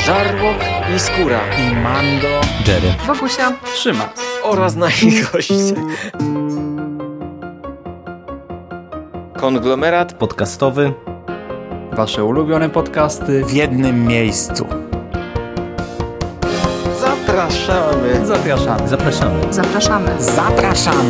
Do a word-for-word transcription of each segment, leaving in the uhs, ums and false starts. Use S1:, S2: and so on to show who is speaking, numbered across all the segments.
S1: Żarłok i Skóra
S2: i Mando,
S3: Jerry,
S4: Wokusia,
S5: Szymas
S1: oraz nasi goście. Konglomerat
S3: podcastowy.
S5: Wasze ulubione podcasty
S2: w jednym miejscu.
S1: Zapraszamy.
S5: Zapraszamy.
S3: Zapraszamy.
S4: zapraszamy.
S2: Zapraszamy.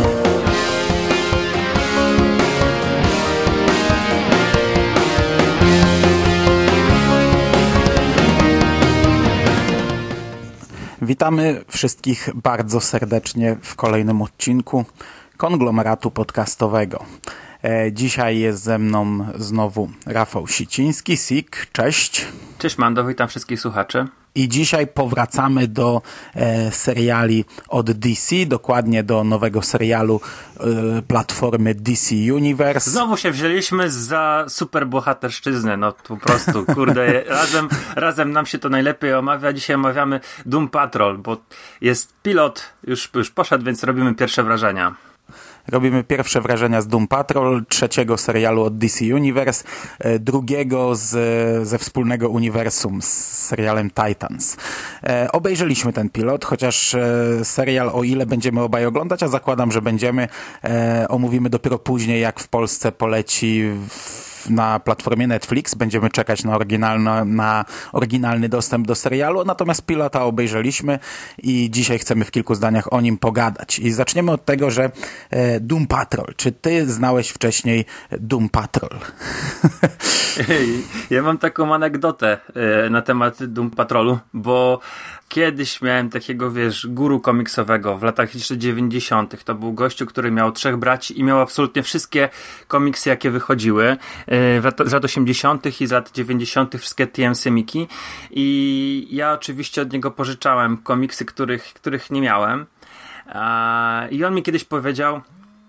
S2: Witamy wszystkich bardzo serdecznie w kolejnym odcinku Konglomeratu Podcastowego. E, dzisiaj jest ze mną znowu Rafał Siciński, Sik, cześć.
S5: Cześć Mando, witam wszystkich słuchaczy.
S2: I dzisiaj powracamy do e, seriali od D C, dokładnie do nowego serialu e, platformy D C Universe.
S5: Znowu się wzięliśmy za superbohaterszczyznę, no po prostu, kurde, razem, razem nam się to najlepiej omawia. Dzisiaj omawiamy Doom Patrol, bo jest pilot, już, już poszedł, więc robimy pierwsze wrażenia.
S2: Robimy pierwsze wrażenia z Doom Patrol, trzeciego serialu od D C Universe, drugiego z, ze wspólnego uniwersum z serialem Titans. E, obejrzeliśmy ten pilot, chociaż e, serial, o ile będziemy obaj oglądać, a zakładam, że będziemy, e, omówimy dopiero później, jak w Polsce poleci w na platformie Netflix. Będziemy czekać na, oryginalno, na oryginalny dostęp do serialu, natomiast pilota obejrzeliśmy i dzisiaj chcemy w kilku zdaniach o nim pogadać. I zaczniemy od tego, że e, Doom Patrol. Czy ty znałeś wcześniej Doom Patrol?
S5: Ja mam taką anegdotę e, na temat Doom Patrolu, bo kiedyś miałem takiego, wiesz, guru komiksowego w latach jeszcze dziewięćdziesiątych. To był gościu, który miał trzech braci i miał absolutnie wszystkie komiksy, jakie wychodziły z lat, z lat osiemdziesiątych i z lat dziewięćdziesiątych wszystkie T M C-miki. I ja oczywiście od niego pożyczałem komiksy, których, których nie miałem. I on mi kiedyś powiedział,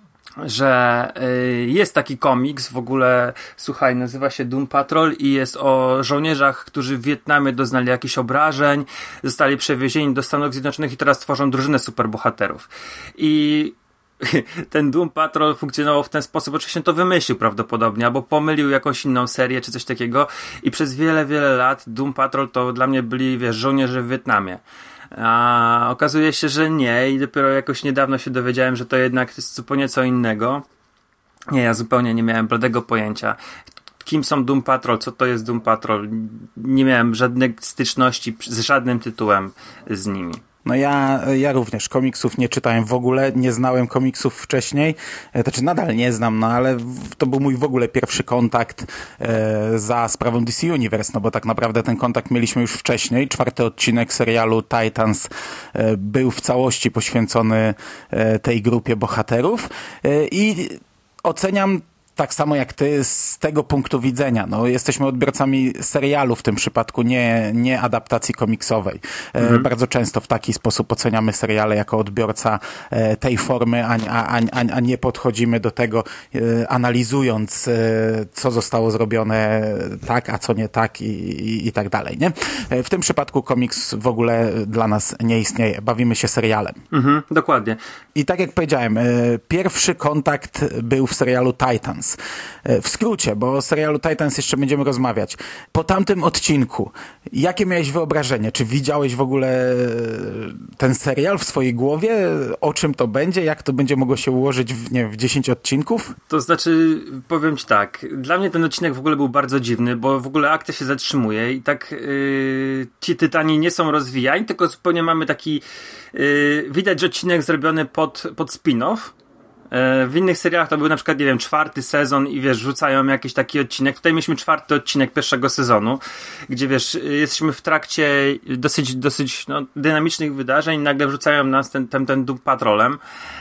S5: że jest taki komiks w ogóle, słuchaj, nazywa się Doom Patrol i jest o żołnierzach, którzy w Wietnamie doznali jakichś obrażeń, zostali przewiezieni do Stanów Zjednoczonych i teraz tworzą drużynę superbohaterów. I ten Doom Patrol funkcjonował w ten sposób, oczywiście to wymyślił prawdopodobnie, albo pomylił jakąś inną serię, czy coś takiego i przez wiele, wiele lat Doom Patrol to dla mnie byli, wiesz, żołnierze w Wietnamie. A okazuje się, że nie i dopiero jakoś niedawno się dowiedziałem, że to jednak jest zupełnie co innego. Nie, ja zupełnie nie miałem bladego pojęcia. Kim są Doom Patrol? Co to jest Doom Patrol? Nie miałem żadnej styczności z żadnym tytułem z nimi.
S2: No ja, ja również komiksów nie czytałem w ogóle, nie znałem komiksów wcześniej, znaczy nadal nie znam, no ale to był mój w ogóle pierwszy kontakt e, za sprawą D C Universe, no bo tak naprawdę ten kontakt mieliśmy już wcześniej. Czwarty odcinek serialu Titans e, był w całości poświęcony e, tej grupie bohaterów e, i oceniam tak samo jak ty z tego punktu widzenia. No, jesteśmy odbiorcami serialu w tym przypadku, nie, nie adaptacji komiksowej. Mhm. E, bardzo często w taki sposób oceniamy seriale jako odbiorca e, tej formy, a, a, a, a nie podchodzimy do tego e, analizując, e, co zostało zrobione tak, a co nie tak i, i, i tak dalej. Nie? E, w tym przypadku komiks w ogóle dla nas nie istnieje. Bawimy się serialem.
S5: Mhm, dokładnie.
S2: I tak jak powiedziałem, e, pierwszy kontakt był w serialu Titans. W skrócie, bo o serialu Titans jeszcze będziemy rozmawiać. Po tamtym odcinku, jakie miałeś wyobrażenie? Czy widziałeś w ogóle ten serial w swojej głowie? O czym to będzie? Jak to będzie mogło się ułożyć w, nie wiem, w dziesięć odcinków?
S5: To znaczy, powiem ci tak, dla mnie ten odcinek w ogóle był bardzo dziwny, bo w ogóle akcja się zatrzymuje i tak yy, ci tytani nie są rozwijani, tylko zupełnie mamy taki yy, widać, że odcinek zrobiony pod, pod spin-off. W innych serialach to był na przykład, nie wiem, czwarty sezon i wiesz, rzucają jakiś taki odcinek. Tutaj mieliśmy czwarty odcinek pierwszego sezonu, gdzie wiesz, jesteśmy w trakcie dosyć, dosyć no, dynamicznych wydarzeń i nagle wrzucają nas ten, ten, ten Doom Patrolem.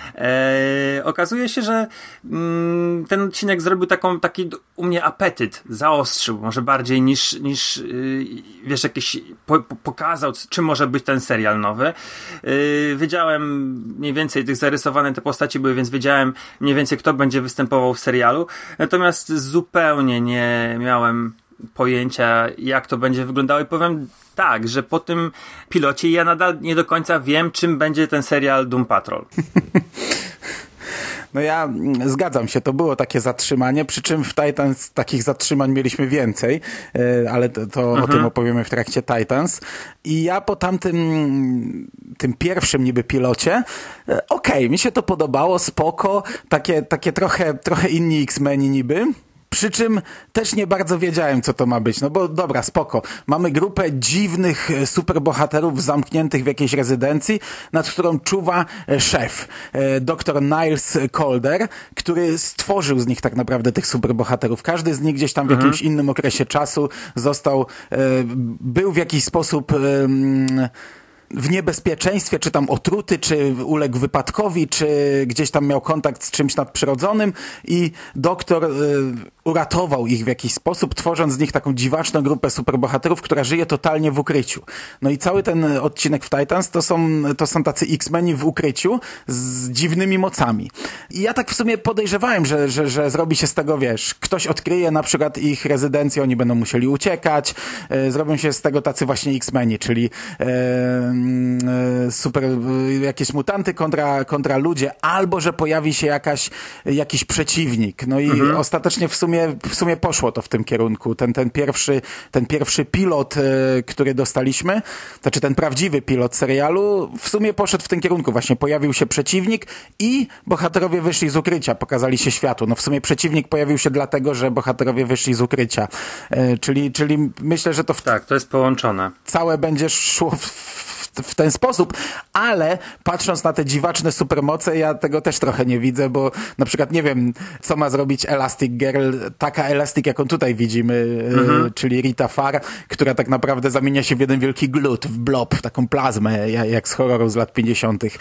S5: Eee, okazuje się, że mm, ten odcinek zrobił taką, taki u mnie apetyt, zaostrzył może bardziej niż, niż yy, wiesz, jakiś po, po, pokazał, czym może być ten serial nowy. Yy, wiedziałem mniej więcej, tych zarysowane te postaci były, więc wiedziałem mniej więcej, kto będzie występował w serialu. Natomiast zupełnie nie miałem pojęcia, jak to będzie wyglądało i powiem tak, że po tym pilocie ja nadal nie do końca wiem, czym będzie ten serial Doom Patrol.
S2: No ja mm, zgadzam się, to było takie zatrzymanie, przy czym w Titans takich zatrzymań mieliśmy więcej, yy, ale to, to mhm. o tym opowiemy w trakcie Titans. I ja po tamtym tym pierwszym niby pilocie, yy, okej, okay, mi się to podobało, spoko, takie, takie trochę, trochę inni X-Meni niby. Przy czym też nie bardzo wiedziałem, co to ma być. No bo dobra, spoko. Mamy grupę dziwnych superbohaterów zamkniętych w jakiejś rezydencji, nad którą czuwa szef, doktor Niles Calder, który stworzył z nich tak naprawdę tych superbohaterów. Każdy z nich gdzieś tam w mhm. jakimś innym okresie czasu został, był w jakiś sposób w niebezpieczeństwie, czy tam otruty, czy uległ wypadkowi, czy gdzieś tam miał kontakt z czymś nadprzyrodzonym i doktor y, uratował ich w jakiś sposób, tworząc z nich taką dziwaczną grupę superbohaterów, która żyje totalnie w ukryciu. No i cały ten odcinek w Titans to są, to są tacy X-Meni w ukryciu z dziwnymi mocami. I ja tak w sumie podejrzewałem, że, że, że zrobi się z tego, wiesz, ktoś odkryje na przykład ich rezydencję, oni będą musieli uciekać, y, zrobią się z tego tacy właśnie X-Meni, czyli y, super jakieś mutanty kontra, kontra ludzie, albo że pojawi się jakaś, jakiś przeciwnik. No i mhm. ostatecznie w sumie, w sumie poszło to w tym kierunku. Ten, ten pierwszy, ten pierwszy pilot, który dostaliśmy, znaczy ten prawdziwy pilot serialu, w sumie poszedł w tym kierunku. Właśnie pojawił się przeciwnik i bohaterowie wyszli z ukrycia, pokazali się światu. No w sumie przeciwnik pojawił się dlatego, że bohaterowie wyszli z ukrycia. Czyli, czyli myślę, że to w...
S5: Tak, to jest połączone.
S2: Całe będzie szło w w ten sposób, ale patrząc na te dziwaczne supermoce, ja tego też trochę nie widzę, bo na przykład nie wiem, co ma zrobić Elastic Girl, taka Elastic, jaką tutaj widzimy, mhm. y, czyli Rita Farr, która tak naprawdę zamienia się w jeden wielki glut, w blob, w taką plazmę, jak z horroru z lat pięćdziesiątych.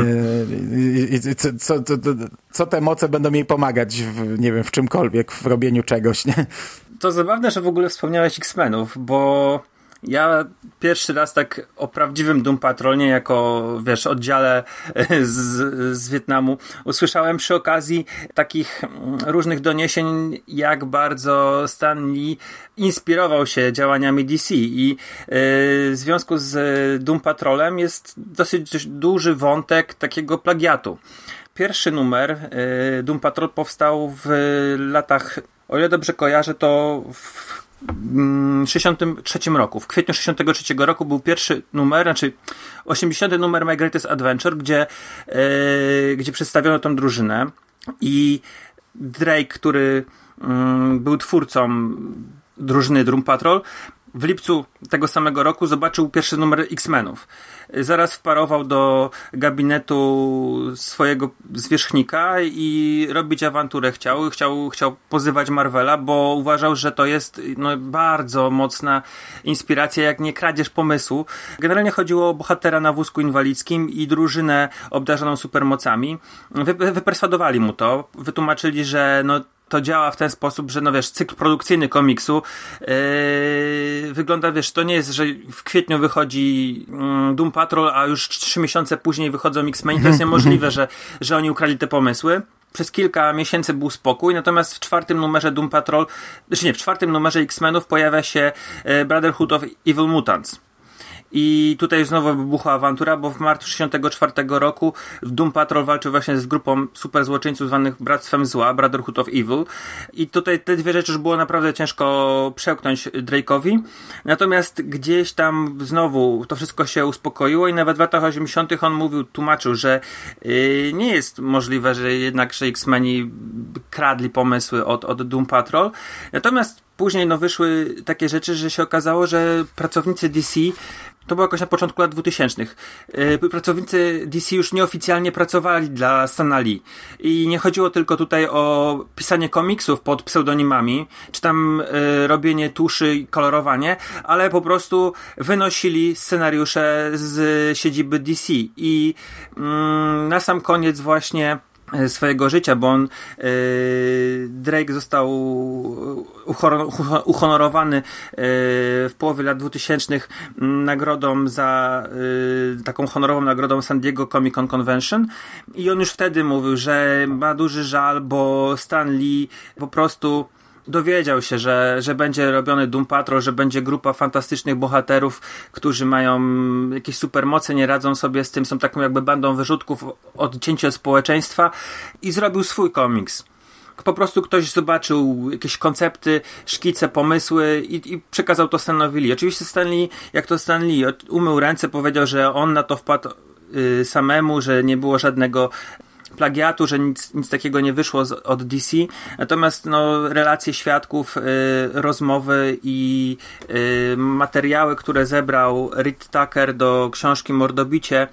S2: y, co, co, co, co te moce będą jej pomagać w, nie wiem, w czymkolwiek, w robieniu czegoś, nie?
S5: To zabawne, że w ogóle wspomniałeś X-Menów, bo ja pierwszy raz tak o prawdziwym Doom Patrol, nie jako, wiesz, oddziale z, z Wietnamu, usłyszałem przy okazji takich różnych doniesień, jak bardzo Stan Lee inspirował się działaniami D C i yy, w związku z Doom Patrolem jest dosyć duży wątek takiego plagiatu. Pierwszy numer yy, Doom Patrol powstał w latach, o ile dobrze kojarzę, to w sześćdziesiątym trzecim roku. W kwietniu sześćdziesiątego trzeciego roku był pierwszy numer, znaczy osiemdziesiąty numer My Greatest Adventure, gdzie, yy, gdzie przedstawiono tą drużynę i Drake, który yy, był twórcą drużyny Doom Patrol, w lipcu tego samego roku zobaczył pierwszy numer X-Menów. Zaraz wparował do gabinetu swojego zwierzchnika i robić awanturę chciał. Chciał, chciał pozywać Marvela, bo uważał, że to jest no, bardzo mocna inspiracja, jak nie kradzież pomysłu. Generalnie chodziło o bohatera na wózku inwalidzkim i drużynę obdarzoną supermocami. Wy, wyperswadowali mu to. Wytłumaczyli, że no to działa w ten sposób, że no wiesz, cykl produkcyjny komiksu yy, wygląda, wiesz, to nie jest, że w kwietniu wychodzi yy, Doom Patrol, a już trzy miesiące później wychodzą X-Men. To jest niemożliwe, że, że oni ukradli te pomysły. Przez kilka miesięcy był spokój, natomiast w czwartym numerze Doom Patrol, znaczy nie, w czwartym numerze X-Menów pojawia się yy, Brotherhood of Evil Mutants. I tutaj znowu wybuchła awantura, bo w marcu sześćdziesiątego czwartego roku Doom Patrol walczył właśnie z grupą super złoczyńców zwanych Bractwem Zła, Brotherhood of Evil. I tutaj te dwie rzeczy już było naprawdę ciężko przełknąć Drake'owi. Natomiast gdzieś tam znowu to wszystko się uspokoiło i nawet w latach osiemdziesiątych on mówił, tłumaczył, że yy, nie jest możliwe, że jednak że X-Meni kradli pomysły od, od Doom Patrol. Natomiast później no, wyszły takie rzeczy, że się okazało, że pracownicy D C, to było jakoś na początku lat dwutysięcznych, yy, pracownicy D C już nieoficjalnie pracowali dla Stana Lee. I nie chodziło tylko tutaj o pisanie komiksów pod pseudonimami, czy tam yy, robienie tuszy i kolorowanie, ale po prostu wynosili scenariusze z siedziby D C. I yy, na sam koniec właśnie swojego życia, bo on yy, Drake został uchor- uhonorowany yy, w połowie lat dwutysięcznych nagrodą za yy, taką honorową nagrodą San Diego Comic Con Convention i on już wtedy mówił, że ma duży żal, bo Stan Lee po prostu dowiedział się, że, że będzie robiony Doom Patrol, że będzie grupa fantastycznych bohaterów, którzy mają jakieś supermoce, nie radzą sobie z tym, są taką jakby bandą wyrzutków, odcięci od społeczeństwa i zrobił swój komiks. Po prostu ktoś zobaczył jakieś koncepty, szkice, pomysły i, i przekazał to Stanowi Lee. Oczywiście Stan Lee, jak to Stan Lee umył ręce, powiedział, że on na to wpadł y, samemu, że nie było żadnego plagiatu, że nic, nic takiego nie wyszło z, od D C. Natomiast no, relacje świadków, y, rozmowy i y, materiały, które zebrał Reed Tucker do książki Mordobicie,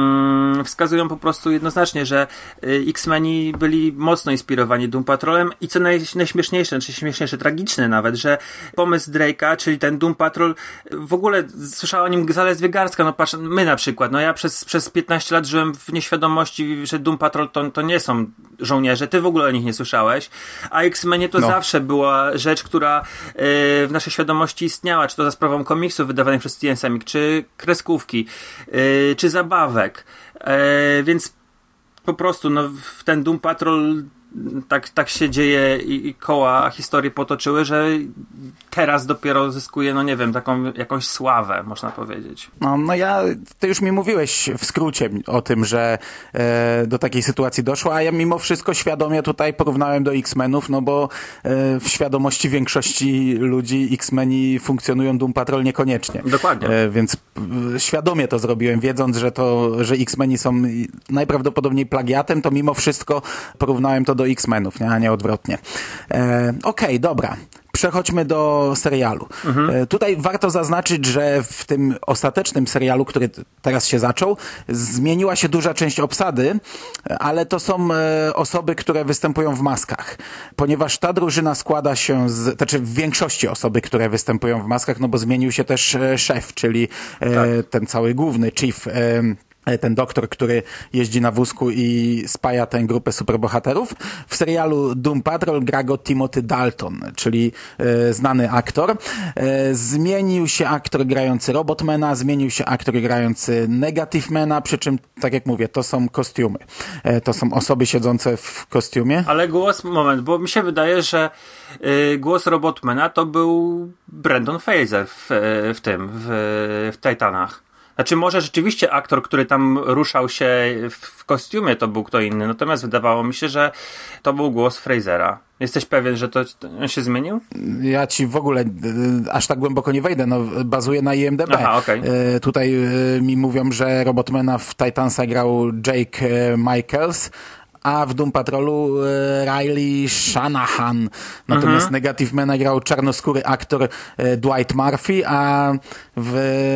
S5: y, wskazują po prostu jednoznacznie, że y, X-Meni byli mocno inspirowani Doom Patrolem i co naj, najśmieszniejsze, czy śmieszniejsze, tragiczne nawet, że pomysł Drake'a, czyli ten Doom Patrol, w ogóle słyszała o nim zaledwie garstka, no patrz, my na przykład, no ja przez, przez piętnaście lat żyłem w nieświadomości, że Doom Patrol To, to nie są żołnierze, ty w ogóle o nich nie słyszałeś, a X-Menie to no. zawsze była rzecz, która yy, w naszej świadomości istniała, czy to za sprawą komiksów wydawanych przez T N Semik, czy kreskówki, yy, czy zabawek, yy, więc po prostu no, w ten Doom Patrol tak, tak się dzieje i, i koła historii potoczyły, że teraz dopiero zyskuje, no nie wiem, taką jakąś sławę, można powiedzieć.
S2: No, no ja, ty już mi mówiłeś w skrócie o tym, że e, do takiej sytuacji doszło, a ja mimo wszystko świadomie tutaj porównałem do X-Menów, no bo e, w świadomości większości ludzi X-Meni funkcjonują, Doom Patrol niekoniecznie.
S5: Dokładnie.
S2: E, więc e, świadomie to zrobiłem, wiedząc, że to, że X-Meni są najprawdopodobniej plagiatem, to mimo wszystko porównałem to do X-Menów, nie? A nie odwrotnie. E, Okej, okay, dobra. Przechodźmy do serialu. Mhm. Tutaj warto zaznaczyć, że w tym ostatecznym serialu, który teraz się zaczął, zmieniła się duża część obsady, ale to są osoby, które występują w maskach. Ponieważ ta drużyna składa się z, znaczy w większości osoby, które występują w maskach, no bo zmienił się też szef, czyli tak. ten cały główny chief, ten doktor, który jeździ na wózku i spaja tę grupę superbohaterów. W serialu Doom Patrol gra go Timothy Dalton, czyli e, znany aktor. E, zmienił się aktor grający Robotmana, zmienił się aktor grający Negativemana, przy czym, tak jak mówię, to są kostiumy. E, to są osoby siedzące w kostiumie.
S5: Ale głos, moment, bo mi się wydaje, że y, głos Robotmana to był Brandon Fraser w, w tym, w, w Titanach. Znaczy może rzeczywiście aktor, który tam ruszał się w kostiumie, to był kto inny, natomiast wydawało mi się, że to był głos Frasera. Jesteś pewien, że to on się zmienił?
S2: Ja ci w ogóle aż tak głęboko nie wejdę, no bazuje na I M D B.
S5: Aha, okay.
S2: e, tutaj e, mi mówią, że Robotmana w Titansa grał Jake Michaels, a w Doom Patrolu e, Riley Shanahan. Natomiast mhm. Negativemana grał czarnoskóry aktor e, Dwight Murphy, a w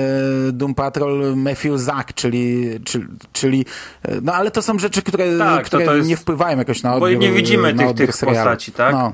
S2: e, Doom Patrol Matthew Zack, czyli, czyli, czyli e, no ale to są rzeczy, które,
S5: tak,
S2: które
S5: to to jest,
S2: nie wpływają jakoś na odbiór.
S5: Bo nie widzimy
S2: na
S5: tych, tych postaci, tak?
S2: No.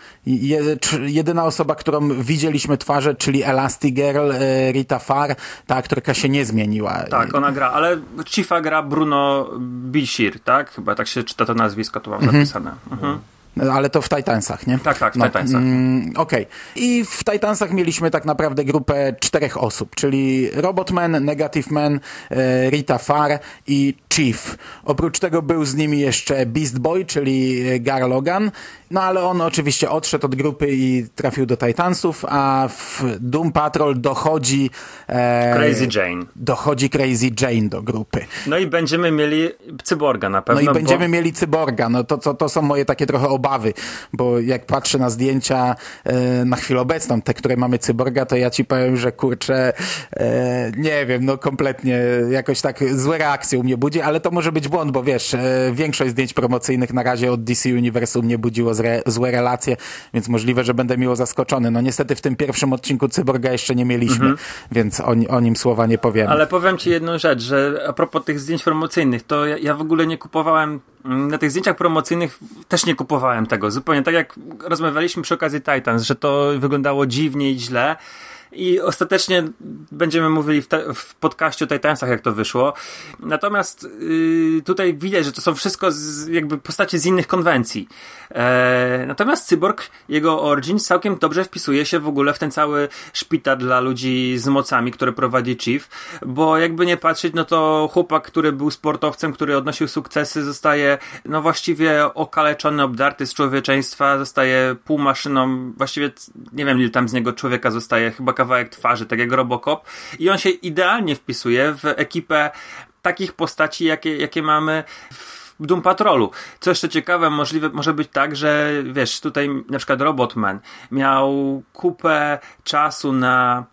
S2: Jedyna osoba, którą widzieliśmy twarzę, czyli Elastigirl, Rita Farr, ta aktorka się nie zmieniła.
S5: Tak, ona gra, ale Chiefa gra Bruno Bashir, tak? Chyba tak się czyta to nazwisko, to mam mhm. zapisane. Mhm.
S2: Ale to w Titansach, nie?
S5: Tak, tak, w
S2: no,
S5: Titansach.
S2: Mm, Okej. Okay. I w Titansach mieliśmy tak naprawdę grupę czterech osób, czyli Robotman, Negativman, e, Rita Farr i Chief. Oprócz tego był z nimi jeszcze Beast Boy, czyli Gar Logan, no ale on oczywiście odszedł od grupy i trafił do Titansów, a w Doom Patrol dochodzi e,
S5: Crazy Jane.
S2: Dochodzi Crazy Jane do grupy.
S5: No i będziemy mieli Cyborga na pewno.
S2: No i będziemy
S5: bo...
S2: mieli Cyborga. No to, to, to są moje takie trochę obawy, bo jak patrzę na zdjęcia e, na chwilę obecną, te, które mamy Cyborga, to ja ci powiem, że kurczę, e, nie wiem, no kompletnie jakoś tak złe reakcje u mnie budzi, ale to może być błąd, bo wiesz, e, większość zdjęć promocyjnych na razie od D C Universe u mnie budziło zre, złe relacje, więc możliwe, że będę miło zaskoczony. No niestety w tym pierwszym odcinku Cyborga jeszcze nie mieliśmy, mhm. więc o, o nim słowa nie powiem.
S5: Ale powiem ci jedną rzecz, że a propos tych zdjęć promocyjnych, to ja, ja w ogóle nie kupowałem, na tych zdjęciach promocyjnych też nie kupowałem tego. Zupełnie tak jak rozmawialiśmy przy okazji Titans, że to wyglądało dziwnie i źle. i ostatecznie będziemy mówili w, te, w podcaście o Titansach, jak to wyszło. Natomiast yy, tutaj widać, że to są wszystko z, jakby postacie z innych konwencji. E, natomiast Cyborg, jego origin całkiem dobrze wpisuje się w ogóle w ten cały szpital dla ludzi z mocami, który prowadzi Chief, bo jakby nie patrzeć, no to chłopak, który był sportowcem, który odnosił sukcesy, zostaje no właściwie okaleczony, obdarty z człowieczeństwa, zostaje półmaszyną, właściwie nie wiem ile tam z niego człowieka zostaje, chyba kawałek twarzy, tak jak Robocop, i on się idealnie wpisuje w ekipę takich postaci, jakie, jakie mamy w Doom Patrolu. Co jeszcze ciekawe, możliwe, może być tak, że wiesz, tutaj na przykład Robotman miał kupę czasu na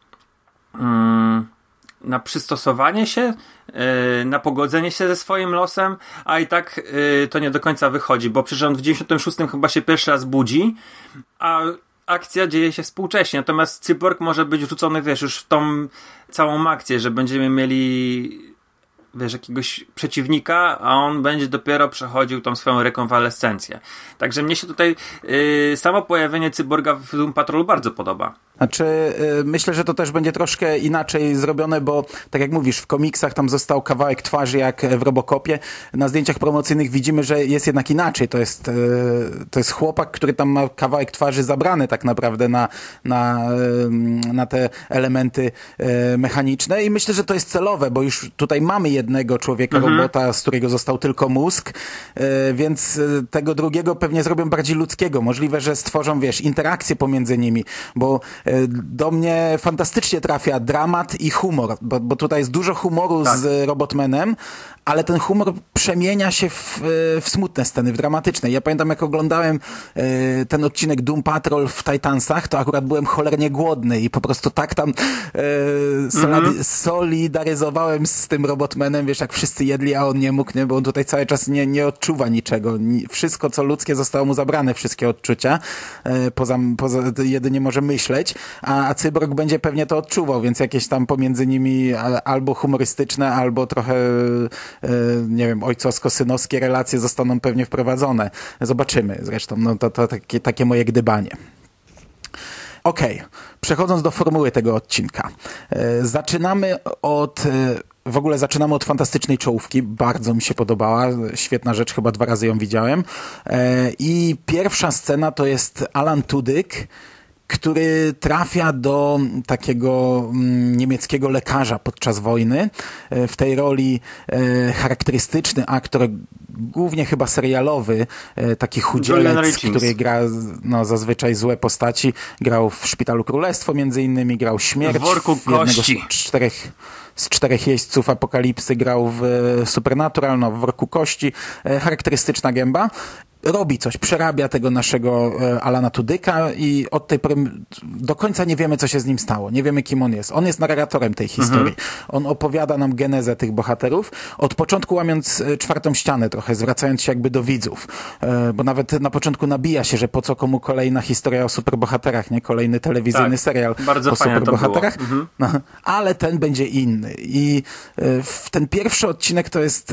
S5: mm, na przystosowanie się, yy, na pogodzenie się ze swoim losem, a i tak yy, to nie do końca wychodzi, bo przecież on w dziewięćdziesiątym szóstym chyba się pierwszy raz budzi, a akcja dzieje się współcześnie, natomiast Cyborg może być wrzucony, wiesz, już w tą całą akcję, że będziemy mieli wiesz, jakiegoś przeciwnika, a on będzie dopiero przechodził tą swoją rekonwalescencję. Także mnie się tutaj yy, samo pojawienie Cyborga w Doom Patrolu bardzo podoba.
S2: Znaczy, yy, myślę, że to też będzie troszkę inaczej zrobione, bo tak jak mówisz, w komiksach tam został kawałek twarzy jak w Robocopie. Na zdjęciach promocyjnych widzimy, że jest jednak inaczej. To jest, yy, to jest chłopak, który tam ma kawałek twarzy zabrany tak naprawdę na, na, yy, na te elementy yy, mechaniczne i myślę, że to jest celowe, bo już tutaj mamy jednego człowieka, mhm. robota, z którego został tylko mózg, yy, więc yy, tego drugiego pewnie zrobią bardziej ludzkiego. Możliwe, że stworzą, wiesz, interakcje pomiędzy nimi, bo do mnie fantastycznie trafia dramat i humor, bo, bo tutaj jest dużo humoru tak. z Robotmanem, ale ten humor przemienia się w, w smutne sceny, w dramatyczne. Ja pamiętam, jak oglądałem e, ten odcinek Doom Patrol w Titansach, to akurat byłem cholernie głodny i po prostu tak tam e, solid- solidaryzowałem z tym Robotmanem, wiesz, jak wszyscy jedli, a on nie mógł, nie? Bo on tutaj cały czas nie, nie odczuwa niczego. Wszystko, co ludzkie, zostało mu zabrane, wszystkie odczucia. E, poza, poza, jedynie może myśleć, a, a Cyborg będzie pewnie to odczuwał, więc jakieś tam pomiędzy nimi albo humorystyczne, albo trochę nie wiem, ojcowsko-synowskie relacje zostaną pewnie wprowadzone. Zobaczymy zresztą. No to, to takie, takie moje gdybanie. Okej, okay. Przechodząc do formuły tego odcinka. Zaczynamy od... W ogóle zaczynamy od fantastycznej czołówki. Bardzo mi się podobała. Świetna rzecz, chyba dwa razy ją widziałem. I pierwsza scena to jest Alan Tudyk, który trafia do takiego mm, niemieckiego lekarza podczas wojny. E, w tej roli e, charakterystyczny aktor, głównie chyba serialowy, e, taki chudzielec, który gra no, zazwyczaj złe postaci. Grał w Szpitalu Królestwo między innymi, grał Śmierć.
S5: W Worku Kości.
S2: Z czterech, z czterech jeźdźców Apokalipsy grał w Supernatural, no, w Worku Kości. E, charakterystyczna gęba. Robi coś, przerabia tego naszego e, Alana Tudyka i od tej pory do końca nie wiemy, co się z nim stało. Nie wiemy, kim on jest. On jest narratorem tej historii. Mhm. On opowiada nam genezę tych bohaterów, od początku łamiąc e, czwartą ścianę trochę, zwracając się jakby do widzów. E, bo nawet na początku nabija się, że po co komu kolejna historia o superbohaterach, nie? Kolejny telewizyjny tak, serial
S5: bardzo
S2: o superbohaterach.
S5: Mhm.
S2: No, ale ten będzie inny. I e, w ten pierwszy odcinek to jest e,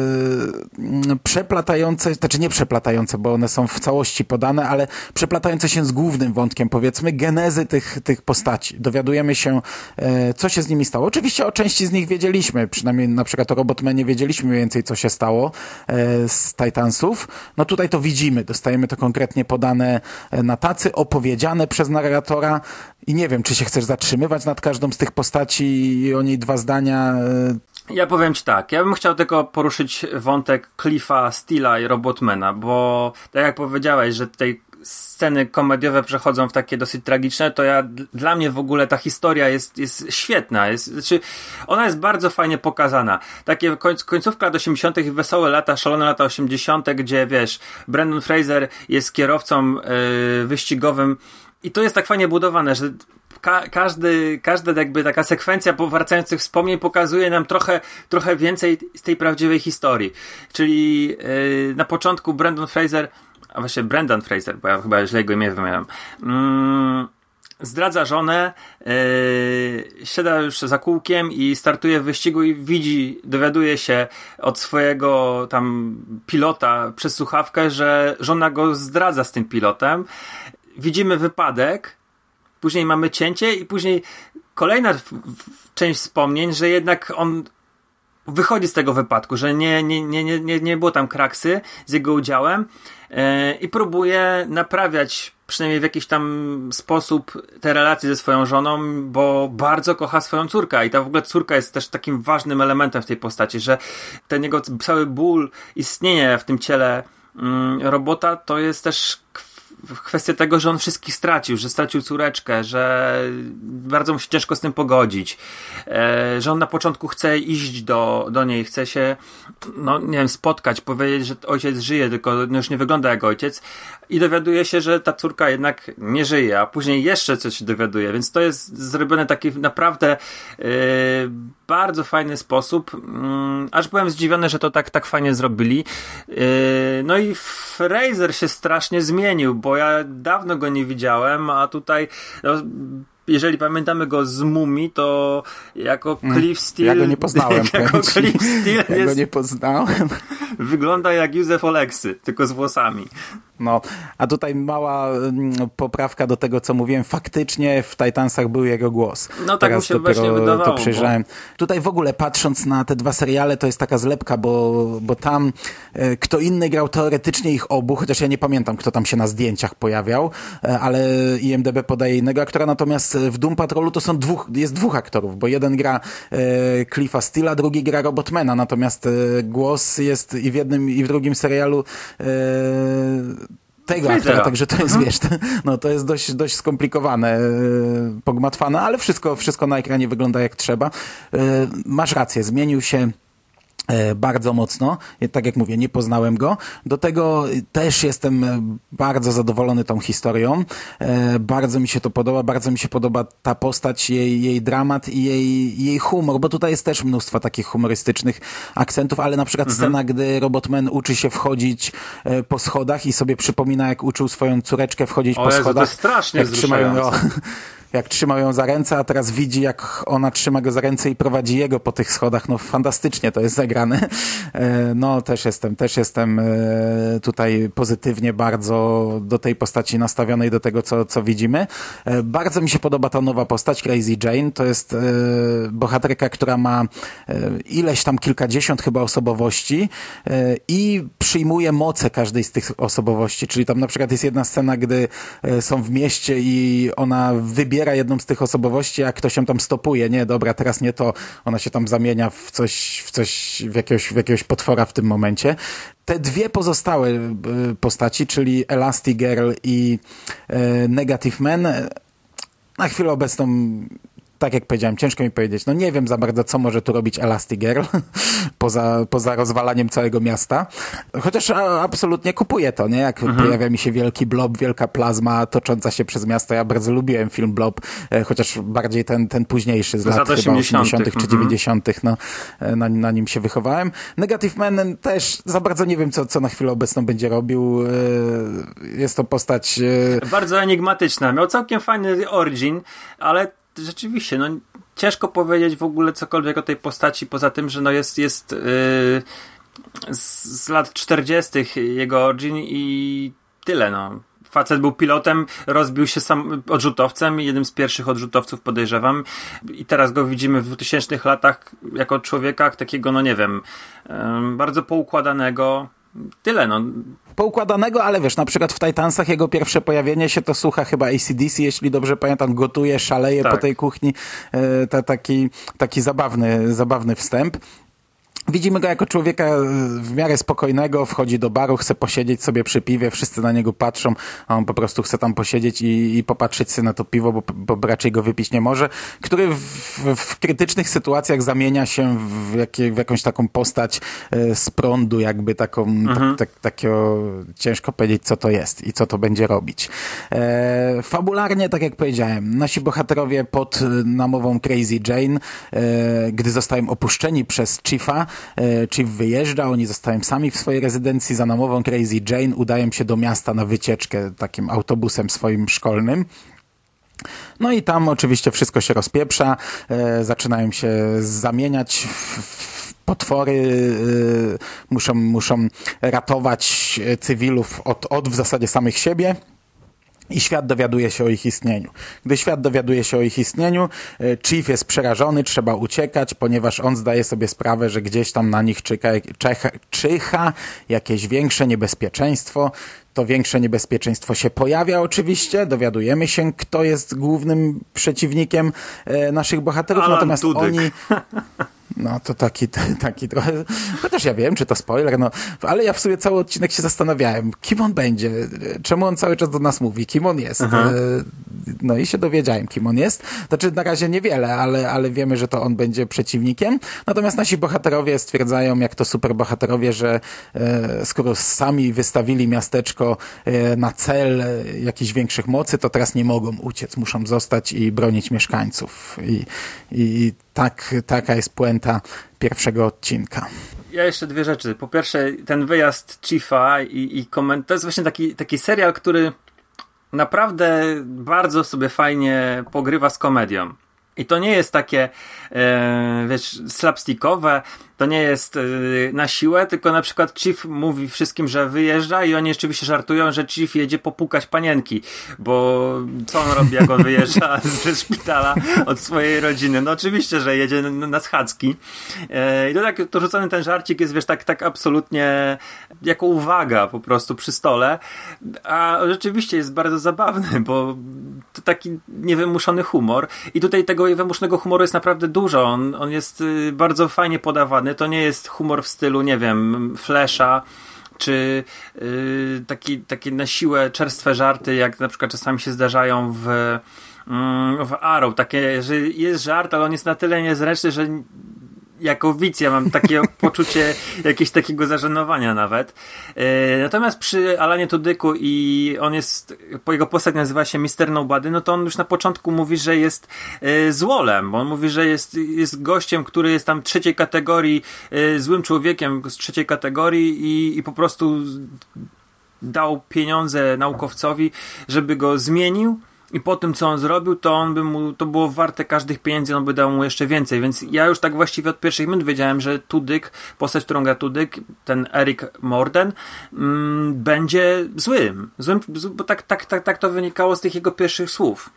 S2: przeplatające, znaczy nie przeplatające, bo one są w całości podane, ale przeplatające się z głównym wątkiem, powiedzmy, genezy tych, tych postaci. Dowiadujemy się, e, co się z nimi stało. Oczywiście o części z nich wiedzieliśmy, przynajmniej na przykład o Robotmanie wiedzieliśmy mniej więcej, co się stało e, z Titansów. No tutaj to widzimy, dostajemy to konkretnie podane na tacy, opowiedziane przez narratora i nie wiem, czy się chcesz zatrzymywać nad każdą z tych postaci i o niej dwa zdania... E,
S5: Ja powiem ci tak, ja bym chciał tylko poruszyć wątek Cliffa, Steela i Robotmana, bo tak jak powiedziałeś, że tutaj sceny komediowe przechodzą w takie dosyć tragiczne, to ja, dla mnie w ogóle ta historia jest, jest świetna, jest, znaczy ona jest bardzo fajnie pokazana. Takie końc, końcówka lat osiemdziesiątych i wesołe lata, szalone lata osiemdziesiąte, gdzie wiesz, Brendan Fraser jest kierowcą yy, wyścigowym i to jest tak fajnie budowane, że Ka- każdy, każda jakby taka sekwencja powracających wspomnień pokazuje nam trochę, trochę więcej z tej prawdziwej historii. Czyli yy, na początku Brendan Fraser, a właściwie Brendan Fraser, bo ja chyba źle jego imię wymawiam, yy, zdradza żonę, yy, siada już za kółkiem i startuje w wyścigu i widzi, dowiaduje się od swojego tam pilota przez słuchawkę, że żona go zdradza z tym pilotem. Widzimy wypadek. później mamy cięcie i później kolejna w, w, część wspomnień, że jednak on wychodzi z tego wypadku, że nie, nie, nie, nie, nie było tam kraksy z jego udziałem yy, i próbuje naprawiać przynajmniej w jakiś tam sposób te relacje ze swoją żoną, bo bardzo kocha swoją córkę i ta w ogóle córka jest też takim ważnym elementem w tej postaci, że ten jego cały ból istnienia w tym ciele mm, robota to jest też kwestia tego, że on wszystkich stracił, że stracił córeczkę, że bardzo mu się ciężko z tym pogodzić, e, że on na początku chce iść do, do niej, chce się, no nie wiem, spotkać, powiedzieć, że ojciec żyje, tylko no, już nie wygląda jak ojciec i dowiaduje się, że ta córka jednak nie żyje, a później jeszcze coś się dowiaduje, więc to jest zrobione taki naprawdę e, bardzo fajny sposób, mm, aż byłem zdziwiony, że to tak, tak fajnie zrobili. E, no i Fraser się strasznie zmienił, bo ja dawno go nie widziałem, a tutaj no, jeżeli pamiętamy go z Mumii, to jako Cliff Steele...
S2: Ja go nie poznałem.
S5: jako Cliff Steele
S2: ja
S5: jest,
S2: go nie poznałem.
S5: Wygląda jak Józef Oleksy, tylko z włosami.
S2: No, a tutaj mała mm, poprawka do tego, co mówiłem. Faktycznie w Titansach był jego głos.
S5: No tak
S2: Teraz
S5: mi się
S2: dopiero
S5: właśnie wydawało.
S2: to przejrzałem. Bo... Tutaj w ogóle patrząc na te dwa seriale, to jest taka zlepka, bo, bo tam e, kto inny grał teoretycznie ich obu, chociaż ja nie pamiętam, kto tam się na zdjęciach pojawiał, e, ale I M D B podaje innego aktora, natomiast w Doom Patrolu to są dwóch, jest dwóch aktorów, bo jeden gra e, Cliffa Steela, drugi gra Robotmana, natomiast e, głos jest i w jednym, i w drugim serialu e, tego aktora, także to jest, mhm. wiesz, to, no to jest dość, dość skomplikowane, yy, pogmatwane, ale wszystko, wszystko na ekranie wygląda jak trzeba. Yy, masz rację, zmienił się bardzo mocno. Tak jak mówię, nie poznałem go. Do tego też jestem bardzo zadowolony tą historią. Bardzo mi się to podoba. Bardzo mi się podoba ta postać, jej, jej dramat i jej, jej humor, bo tutaj jest też mnóstwo takich humorystycznych akcentów, ale na przykład mhm. scena, gdy Robotman uczy się wchodzić po schodach i sobie przypomina, jak uczył swoją córeczkę wchodzić
S5: o
S2: po
S5: Jezu,
S2: schodach.
S5: To jest strasznie
S2: jak trzymają ją, jak trzymał ją za ręce, a teraz widzi, jak ona trzyma go za ręce i prowadzi jego po tych schodach. No fantastycznie to jest zagrane. No też jestem, też jestem tutaj pozytywnie bardzo do tej postaci nastawionej, do tego, co, co widzimy. Bardzo mi się podoba ta nowa postać, Crazy Jane. To jest bohaterka, która ma ileś tam kilkadziesiąt chyba osobowości i przyjmuje moce każdej z tych osobowości. Czyli tam na przykład jest jedna scena, gdy są w mieście i ona wybiera jedną z tych osobowości, a ktoś ją tam stopuje. Nie, dobra, teraz nie to. Ona się tam zamienia w coś, w coś, w jakiegoś, w jakiegoś potwora w tym momencie. Te dwie pozostałe postaci, czyli Elastigirl i Negative Man, na chwilę obecną, tak jak powiedziałem, ciężko mi powiedzieć. No nie wiem za bardzo, co może tu robić Elastigirl poza, poza rozwalaniem całego miasta. Chociaż a, absolutnie kupuję to, nie? Jak mhm. pojawia mi się wielki blob, wielka plazma tocząca się przez miasto. Ja bardzo lubiłem film Blob, e, chociaż bardziej ten, ten późniejszy z, z lat chyba osiemdziesiątych czy dziewięćdziesiątych. No, e, na, na nim się wychowałem. Negative Man też za bardzo nie wiem, co, co na chwilę obecną będzie robił. E, jest to postać... E...
S5: Bardzo enigmatyczna. Miał całkiem fajny origin, ale rzeczywiście, no ciężko powiedzieć w ogóle cokolwiek o tej postaci, poza tym, że no jest, jest yy, z, z lat czterdziestych jego origin i tyle, no. Facet był pilotem, rozbił się sam odrzutowcem, jednym z pierwszych odrzutowców, podejrzewam, i teraz go widzimy w dwutysięcznych latach jako człowieka takiego, no nie wiem, yy, bardzo poukładanego. Tyle, no.
S2: Poukładanego, ale wiesz, na przykład w Titansach jego pierwsze pojawienie się to słucha chyba A C D C, jeśli dobrze pamiętam, gotuje, szaleje tak. po tej kuchni. E, ta, taki, taki zabawny, zabawny wstęp. Widzimy go jako człowieka w miarę spokojnego, wchodzi do baru, chce posiedzieć sobie przy piwie, wszyscy na niego patrzą, a on po prostu chce tam posiedzieć i, i popatrzeć sobie na to piwo, bo, bo raczej go wypić nie może, który w, w krytycznych sytuacjach zamienia się w, jakie, w jakąś taką postać z prądu, jakby taką, mhm. tak, tak, takiego, ciężko powiedzieć, co to jest i co to będzie robić. E, fabularnie, tak jak powiedziałem, nasi bohaterowie pod namową Crazy Jane, e, gdy zostają opuszczeni przez Chiefa, Chief wyjeżdża, oni zostają sami w swojej rezydencji, za namową Crazy Jane udają się do miasta na wycieczkę takim autobusem swoim szkolnym. No i tam oczywiście wszystko się rozpieprza, e, zaczynają się zamieniać w, w potwory, e, muszą, muszą ratować cywilów od, od w zasadzie samych siebie. i świat dowiaduje się o ich istnieniu. Gdy świat dowiaduje się o ich istnieniu, Chief jest przerażony, trzeba uciekać, ponieważ on zdaje sobie sprawę, że gdzieś tam na nich czyha, czyha, czyha jakieś większe niebezpieczeństwo. To większe niebezpieczeństwo się pojawia oczywiście, dowiadujemy się, kto jest głównym przeciwnikiem e, naszych bohaterów,
S5: Alan
S2: natomiast
S5: Tudyk.
S2: oni... No to taki, taki trochę, chociaż ja wiem, czy to spoiler, no, ale ja w sumie cały odcinek się zastanawiałem, kim on będzie, czemu on cały czas do nas mówi, kim on jest.
S5: Aha.
S2: No i się dowiedziałem, kim on jest. Znaczy na razie niewiele, ale, ale wiemy, że to on będzie przeciwnikiem. Natomiast nasi bohaterowie stwierdzają, jak to superbohaterowie, że e, skoro sami wystawili miasteczko e, na cel e, jakichś większych mocy, to teraz nie mogą uciec, muszą zostać i bronić mieszkańców. I, i tak, taka jest puenta pierwszego odcinka.
S5: Ja jeszcze dwie rzeczy. Po pierwsze, ten wyjazd Chiefa i, i koment... To jest właśnie taki, taki serial, który naprawdę bardzo sobie fajnie pogrywa z komedią. I to nie jest takie, e, wiesz, slapstickowe, to nie jest e, na siłę, tylko na przykład Chief mówi wszystkim, że wyjeżdża i oni rzeczywiście żartują, że Chief jedzie popukać panienki, bo co on robi, jak on wyjeżdża ze szpitala od swojej rodziny? No oczywiście, że jedzie na, na schadzki. E, I to tak, to rzucony ten żarcik jest, wiesz, tak, tak absolutnie jako uwaga po prostu przy stole, a rzeczywiście jest bardzo zabawny, bo to taki niewymuszony humor i tutaj tego wymuszonego humoru jest naprawdę dużo. On, on jest y, bardzo fajnie podawany. To nie jest humor w stylu, nie wiem, Flasha, czy y, taki, takie na siłę czerstwe żarty, jak na przykład czasami się zdarzają w, mm, w Arrow. Takie, że jest żart, ale on jest na tyle niezręczny, że jako widz ja mam takie poczucie jakiegoś takiego zażenowania nawet. Yy, natomiast przy Alanie Tudyku i on jest, po jego postać nazywa się mister Nobody, no to on już na początku mówi, że jest yy, złolem, bo on mówi, że jest, jest gościem, który jest tam trzeciej kategorii, yy, złym człowiekiem z trzeciej kategorii i, i po prostu dał pieniądze naukowcowi, żeby go zmienił. I po tym, co on zrobił, to on by mu, to było warte każdych pieniędzy, on by dał mu jeszcze więcej, więc ja już tak właściwie od pierwszych minut wiedziałem, że Tudyk, postać, którą gra Tudyk, ten Eric Morden, mm, będzie złym, złym, bo tak, tak, tak, tak to wynikało z tych jego pierwszych słów.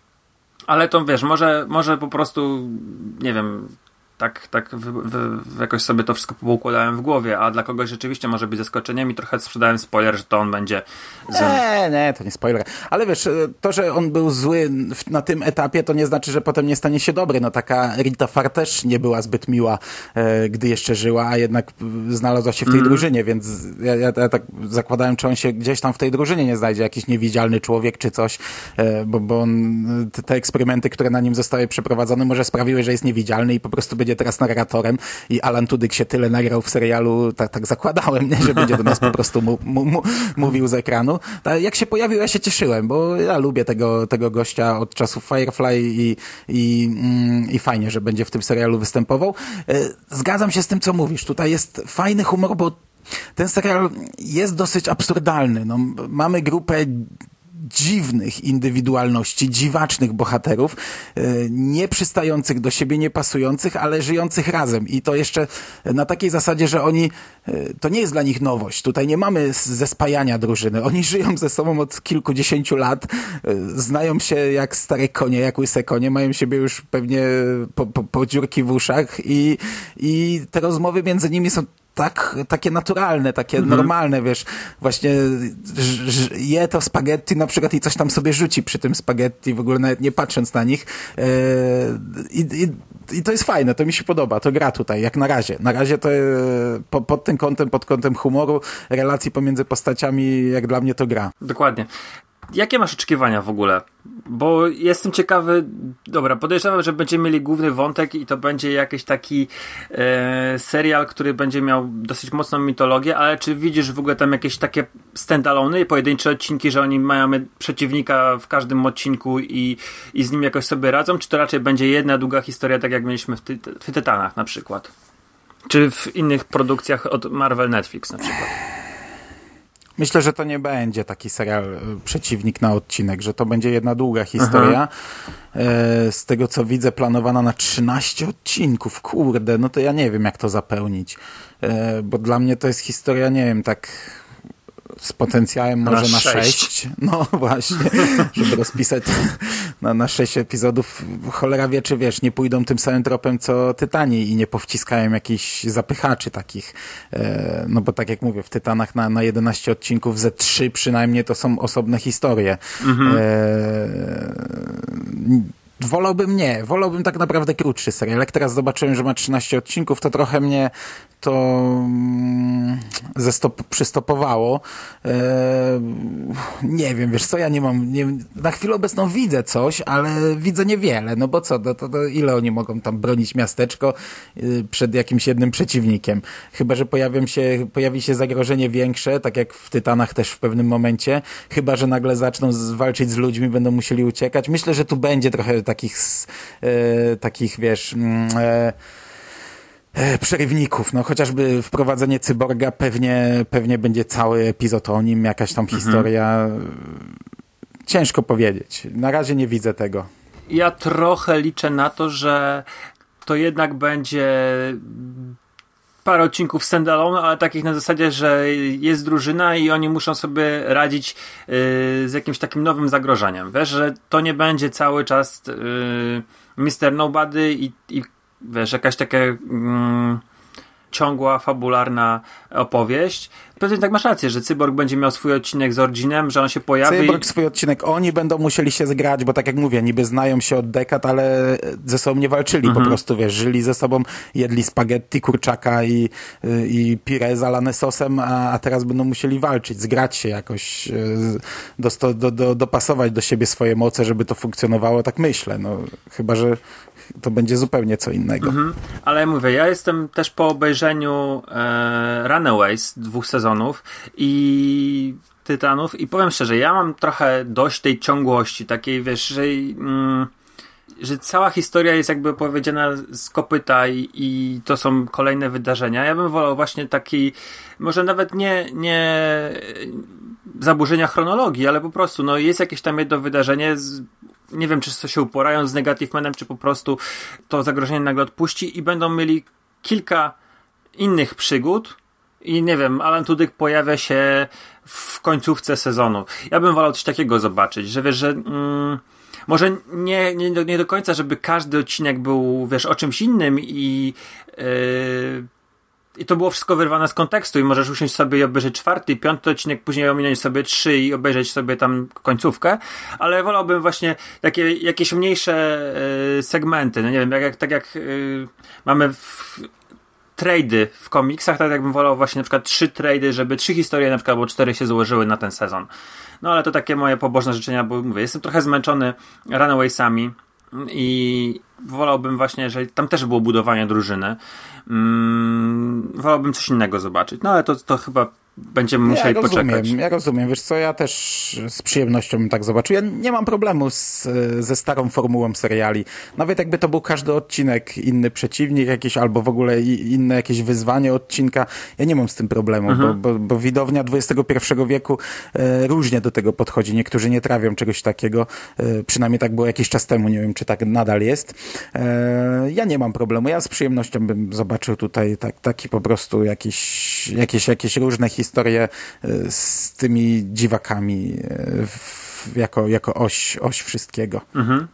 S5: Ale to wiesz, może, może po prostu, nie wiem, tak, tak w, w, w jakoś sobie to wszystko poukładałem w głowie, a dla kogoś rzeczywiście może być zaskoczeniem i trochę sprzedałem spoiler, że to on będzie złym.
S2: Nie, nie, to nie spoiler. Ale wiesz, to, że on był zły na tym etapie, to nie znaczy, że potem nie stanie się dobry. No taka Rita Farr też nie była zbyt miła, e, gdy jeszcze żyła, a jednak znalazła się w tej mm. drużynie, więc ja, ja, ja tak zakładałem, czy on się gdzieś tam w tej drużynie nie znajdzie, jakiś niewidzialny człowiek czy coś, e, bo, bo on, te, te eksperymenty, które na nim zostały przeprowadzone, może sprawiły, że jest niewidzialny i po prostu będzie teraz narratorem i Alan Tudyk się tyle nagrał w serialu, tak, tak zakładałem, nie? Że będzie do nas po prostu mu, mu, mu, mówił z ekranu. Tak, jak się pojawił, ja się cieszyłem, bo ja lubię tego, tego gościa od czasów Firefly i, i, mm, i fajnie, że będzie w tym serialu występował. Zgadzam się z tym, co mówisz. Tutaj jest fajny humor, bo ten serial jest dosyć absurdalny. No, mamy grupę dziwnych indywidualności, dziwacznych bohaterów, nie przystających do siebie, nie pasujących, ale żyjących razem. I to jeszcze na takiej zasadzie, że oni, to nie jest dla nich nowość. Tutaj nie mamy zespajania drużyny. Oni żyją ze sobą od kilkudziesięciu lat, znają się jak stare konie, jak łyse konie, mają siebie już pewnie po, po, po dziurki w uszach i, i te rozmowy między nimi są tak, takie naturalne, takie mhm. normalne, wiesz, właśnie ż, ż, je to spaghetti na przykład i coś tam sobie rzuci przy tym spaghetti, w ogóle nawet nie patrząc na nich. Yy, i, i to jest fajne, to mi się podoba, to gra tutaj, jak na razie. Na razie to po, pod tym kątem, pod kątem humoru, relacji pomiędzy postaciami, jak dla mnie to gra.
S5: Dokładnie. Jakie masz oczekiwania w ogóle? Bo jestem ciekawy, dobra, podejrzewam, że będziemy mieli główny wątek i to będzie jakiś taki e, serial, który będzie miał dosyć mocną mitologię, ale czy widzisz w ogóle tam jakieś takie stand-alone, pojedyncze odcinki, że oni mają przeciwnika w każdym odcinku i, i z nim jakoś sobie radzą, czy to raczej będzie jedna długa historia, tak jak mieliśmy w, ty, w Tytanach na przykład? Czy w innych produkcjach od Marvel Netflix na przykład?
S2: Myślę, że to nie będzie taki serial przeciwnik na odcinek, że to będzie jedna długa historia. E, z tego, co widzę, planowana na trzynaście odcinków. Kurde, no to ja nie wiem, jak to zapełnić. E, bo dla mnie to jest historia, nie wiem, tak z potencjałem może na, na sześć. No właśnie, żeby rozpisać na, na sześć epizodów. Cholera wie, czy wiesz, nie pójdą tym samym tropem co Tytani i nie powciskają jakichś zapychaczy takich. E, no bo tak jak mówię, w Tytanach na, na jedenaście odcinków ze trzy przynajmniej to są osobne historie. Mhm. E, Wolałbym nie, wolałbym tak naprawdę krótszy serial. Jak teraz zobaczyłem, że ma trzynaście odcinków, to trochę mnie to mm, zestop, przystopowało. Eee, nie wiem, wiesz co, ja nie mam, nie, na chwilę obecną widzę coś, ale widzę niewiele, no bo co, to, to, to ile oni mogą tam bronić miasteczko y, przed jakimś jednym przeciwnikiem? Chyba, że pojawią się, pojawi się zagrożenie większe, tak jak w Tytanach też w pewnym momencie, chyba, że nagle zaczną z, walczyć z ludźmi, będą musieli uciekać. Myślę, że tu będzie trochę takich, e, takich wiesz, e, e, przerywników, no chociażby wprowadzenie cyborga pewnie, pewnie będzie cały epizod o nim, jakaś tam mhm. historia. Ciężko powiedzieć. Na razie nie widzę tego.
S5: Ja trochę liczę na to, że to jednak będzie parę odcinków standalone, ale takich na zasadzie, że jest drużyna i oni muszą sobie radzić yy, z jakimś takim nowym zagrożeniem. Wiesz, że to nie będzie cały czas yy, mister Nobody i, i wiesz, jakaś taka yy, ciągła, fabularna opowieść. Pewnie tak masz rację, że Cyborg będzie miał swój odcinek z Originem, że on się pojawi.
S2: Cyborg swój odcinek, oni będą musieli się zgrać, bo tak jak mówię, niby znają się od dekad, ale ze sobą nie walczyli, mhm. po prostu, wiesz, żyli ze sobą, jedli spaghetti, kurczaka i, i pire zalane sosem, a, a teraz będą musieli walczyć, zgrać się jakoś, do, do, do, dopasować do siebie swoje moce, żeby to funkcjonowało, tak myślę, no, chyba, że to będzie zupełnie co innego. Mhm.
S5: Ale mówię, ja jestem też po obejrzeniu e, Runaways dwóch sezonów i Tytanów i powiem szczerze, ja mam trochę dość tej ciągłości, takiej wiesz, że, mm, że cała historia jest jakby opowiedziana z kopyta i, i to są kolejne wydarzenia. Ja bym wolał właśnie taki, może nawet nie, nie zaburzenia chronologii, ale po prostu no, jest jakieś tam jedno wydarzenie z, nie wiem, czy się uporają z Negative Manem, czy po prostu to zagrożenie nagle odpuści i będą mieli kilka innych przygód i nie wiem, Alan Tudyk pojawia się w końcówce sezonu. Ja bym wolał coś takiego zobaczyć, że wiesz, że mm, może nie, nie, nie do końca, żeby każdy odcinek był, wiesz, o czymś innym i yy, i to było wszystko wyrwane z kontekstu i możesz usiąść sobie i obejrzeć czwarty i piąty odcinek, później ominąć sobie trzy i obejrzeć sobie tam końcówkę, ale wolałbym właśnie takie jakieś mniejsze y, segmenty, no nie wiem, jak, jak, tak jak y, mamy w, trady w komiksach, tak jakbym wolał właśnie na przykład trzy trady, żeby trzy historie na przykład albo cztery się złożyły na ten sezon. No ale to takie moje pobożne życzenia, bo mówię, jestem trochę zmęczony Runawaysami i wolałbym właśnie, że tam też było budowanie drużyny. Mm, wolałbym coś innego zobaczyć. No ale to, to chyba będziemy musieli
S2: ja rozumiem,
S5: poczekać.
S2: Ja rozumiem, wiesz co, ja też z przyjemnością bym tak zobaczył. Ja nie mam problemu z, ze starą formułą seriali. Nawet jakby to był każdy odcinek, inny przeciwnik jakiś, albo w ogóle inne jakieś wyzwanie odcinka, ja nie mam z tym problemu, mhm. bo, bo, bo widownia dwudziestego pierwszego wieku e, różnie do tego podchodzi. Niektórzy nie trawią czegoś takiego. E, przynajmniej tak było jakiś czas temu, nie wiem, czy tak nadal jest. E, ja nie mam problemu. Ja z przyjemnością bym zobaczył tutaj tak, taki po prostu jakiś, jakieś, jakieś różne historie historię z tymi dziwakami w, jako, jako oś, oś wszystkiego. Mhm.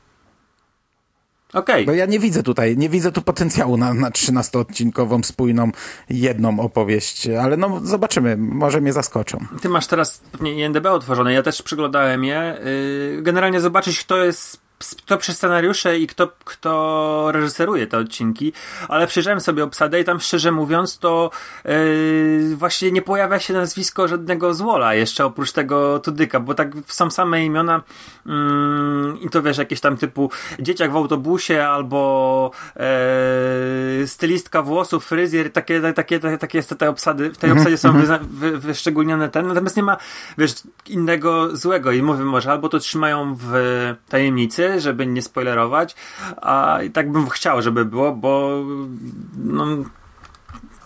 S5: Okej.
S2: Bo ja nie widzę tutaj, nie widzę tu potencjału na, na trzynastoodcinkową, spójną, jedną opowieść, ale no zobaczymy, może mnie zaskoczą.
S5: Ty masz teraz pewnie I M D B otworzone, ja też przyglądałem je. Generalnie zobaczyć, kto jest kto przy scenariusze i kto, kto reżyseruje te odcinki, ale przyjrzałem sobie obsadę i tam szczerze mówiąc to yy, właśnie nie pojawia się nazwisko żadnego Zwola jeszcze oprócz tego Tudyka, bo tak są same imiona yy, i to wiesz, jakieś tam typu dzieciak w autobusie albo yy, stylistka włosów, fryzjer, takie, takie, takie, takie jest te obsady, w tej obsadzie są wy, wy, wyszczególnione ten, natomiast nie ma wiesz, innego złego i mówię może albo to trzymają w tajemnicy, żeby nie spoilerować, a i tak bym chciał, żeby było, bo no,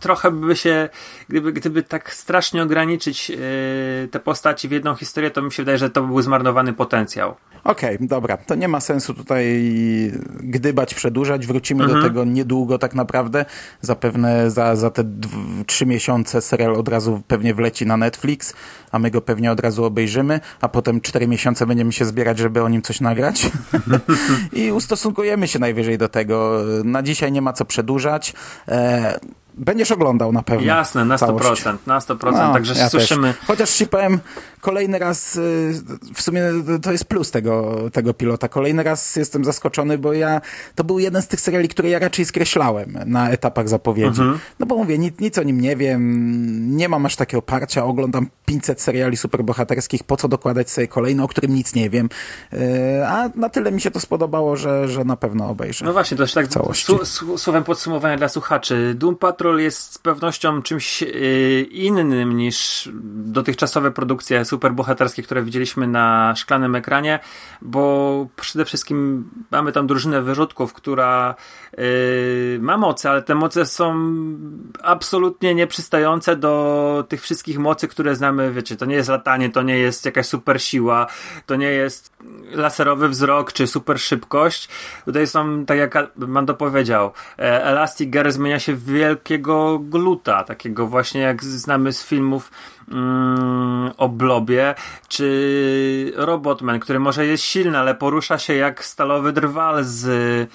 S5: trochę by się, gdyby, gdyby tak strasznie ograniczyć yy, te postaci w jedną historię, to mi się wydaje, że to był zmarnowany potencjał.
S2: Okej, okay, dobra, to nie ma sensu tutaj gdybać, przedłużać, wrócimy mhm. do tego niedługo tak naprawdę, zapewne za, za te dw- trzy miesiące serial od razu pewnie wleci na Netflix, a my go pewnie od razu obejrzymy, a potem cztery miesiące będziemy się zbierać, żeby o nim coś nagrać i ustosunkujemy się najwyżej do tego. Na dzisiaj nie ma co przedłużać. E- Będziesz oglądał na pewno.
S5: Jasne, na sto procent, całość. Na sto procent, no, także ja słyszymy.
S2: Też. Chociaż ci powiem, kolejny raz, w sumie to jest plus tego, tego pilota, kolejny raz jestem zaskoczony, bo ja, to był jeden z tych seriali, które ja raczej skreślałem na etapach zapowiedzi. Mhm. No bo mówię, nic, nic o nim nie wiem, nie mam aż takiego oparcia, oglądam pięćset seriali superbohaterskich, po co dokładać sobie kolejny, o którym nic nie wiem. A na tyle mi się to spodobało, że, że na pewno obejrzę.
S5: No właśnie, to już tak su- su- słowem podsumowania dla słuchaczy. Doom Patrol jest z pewnością czymś yy, innym niż dotychczasowe produkcje superbohaterskie, które widzieliśmy na szklanym ekranie, bo przede wszystkim mamy tam drużynę wyrzutków, która yy, ma moce, ale te moce są absolutnie nieprzystające do tych wszystkich mocy, które znamy, wiecie, to nie jest latanie, to nie jest jakaś super siła, to nie jest laserowy wzrok, czy super szybkość. Tutaj są, tak jak Mando powiedział, Elastic Girl zmienia się w wielkiego gluta, takiego właśnie jak znamy z filmów mm, o Blobie, czy Robotman, który może jest silny, ale porusza się jak stalowy drwal z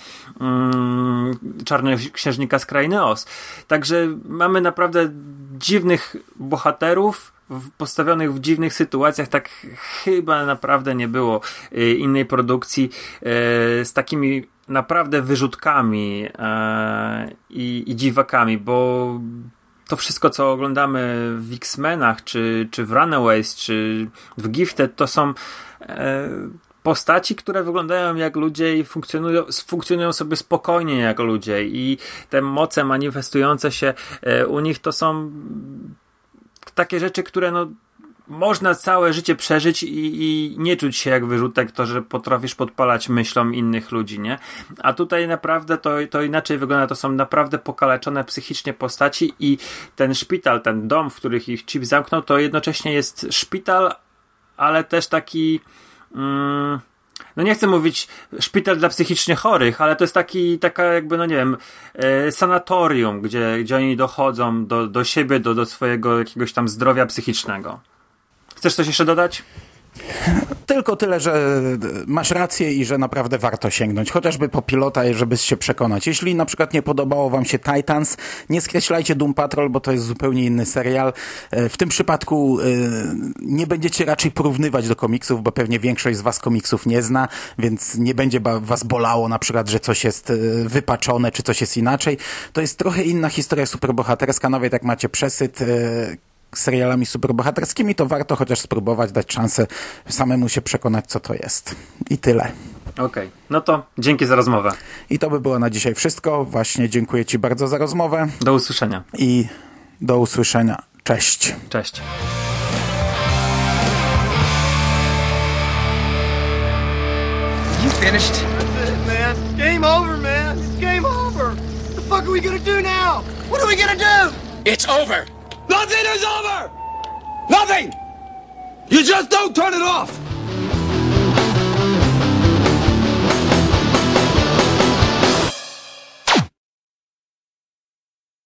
S5: mm, Czarnoksiężnika z Krainy Oz. Także mamy naprawdę dziwnych bohaterów, postawionych w dziwnych sytuacjach. Tak chyba naprawdę nie było y, innej produkcji y, z takimi naprawdę wyrzutkami e, i, i dziwakami, bo to wszystko, co oglądamy w X-Menach, czy, czy w Runaways, czy w Gifted, to są e, postaci, które wyglądają jak ludzie i funkcjonują, funkcjonują sobie spokojnie jak ludzie i te moce manifestujące się e, u nich to są takie rzeczy, które no można całe życie przeżyć i, i nie czuć się jak wyrzutek, to, że potrafisz podpalać myślom innych ludzi, nie? A tutaj naprawdę to, to inaczej wygląda, to są naprawdę pokaleczone psychicznie postaci i ten szpital, ten dom, w których ich Chip zamknął, to jednocześnie jest szpital, ale też taki mm, no nie chcę mówić szpital dla psychicznie chorych, ale to jest taki, taka jakby, no nie wiem, e, sanatorium, gdzie, gdzie oni dochodzą do, do siebie, do, do swojego jakiegoś tam zdrowia psychicznego. Chcesz coś jeszcze dodać?
S2: Tylko tyle, że masz rację i że naprawdę warto sięgnąć, chociażby po pilota, żeby się przekonać. Jeśli na przykład nie podobało wam się Titans, nie skreślajcie Doom Patrol, bo to jest zupełnie inny serial. W tym przypadku nie będziecie raczej porównywać do komiksów, bo pewnie większość z was komiksów nie zna, więc nie będzie was bolało na przykład, że coś jest wypaczone, czy coś jest inaczej. To jest trochę inna historia superbohaterska, nawet jak macie przesyt serialami superbohaterskimi, to warto chociaż spróbować, dać szansę samemu się przekonać, co to jest. I tyle.
S5: Okej, okay. No to dzięki za rozmowę.
S2: I to by było na dzisiaj wszystko. Właśnie dziękuję ci bardzo za rozmowę.
S5: Do usłyszenia.
S2: I do usłyszenia. Cześć.
S5: Cześć.
S3: You finished? That's it, man. Game over, man. It's game over. What the fuck are we gonna do now? What are we gonna do?
S4: It's over.
S3: Nothing is over! Nothing! You just don't turn it off!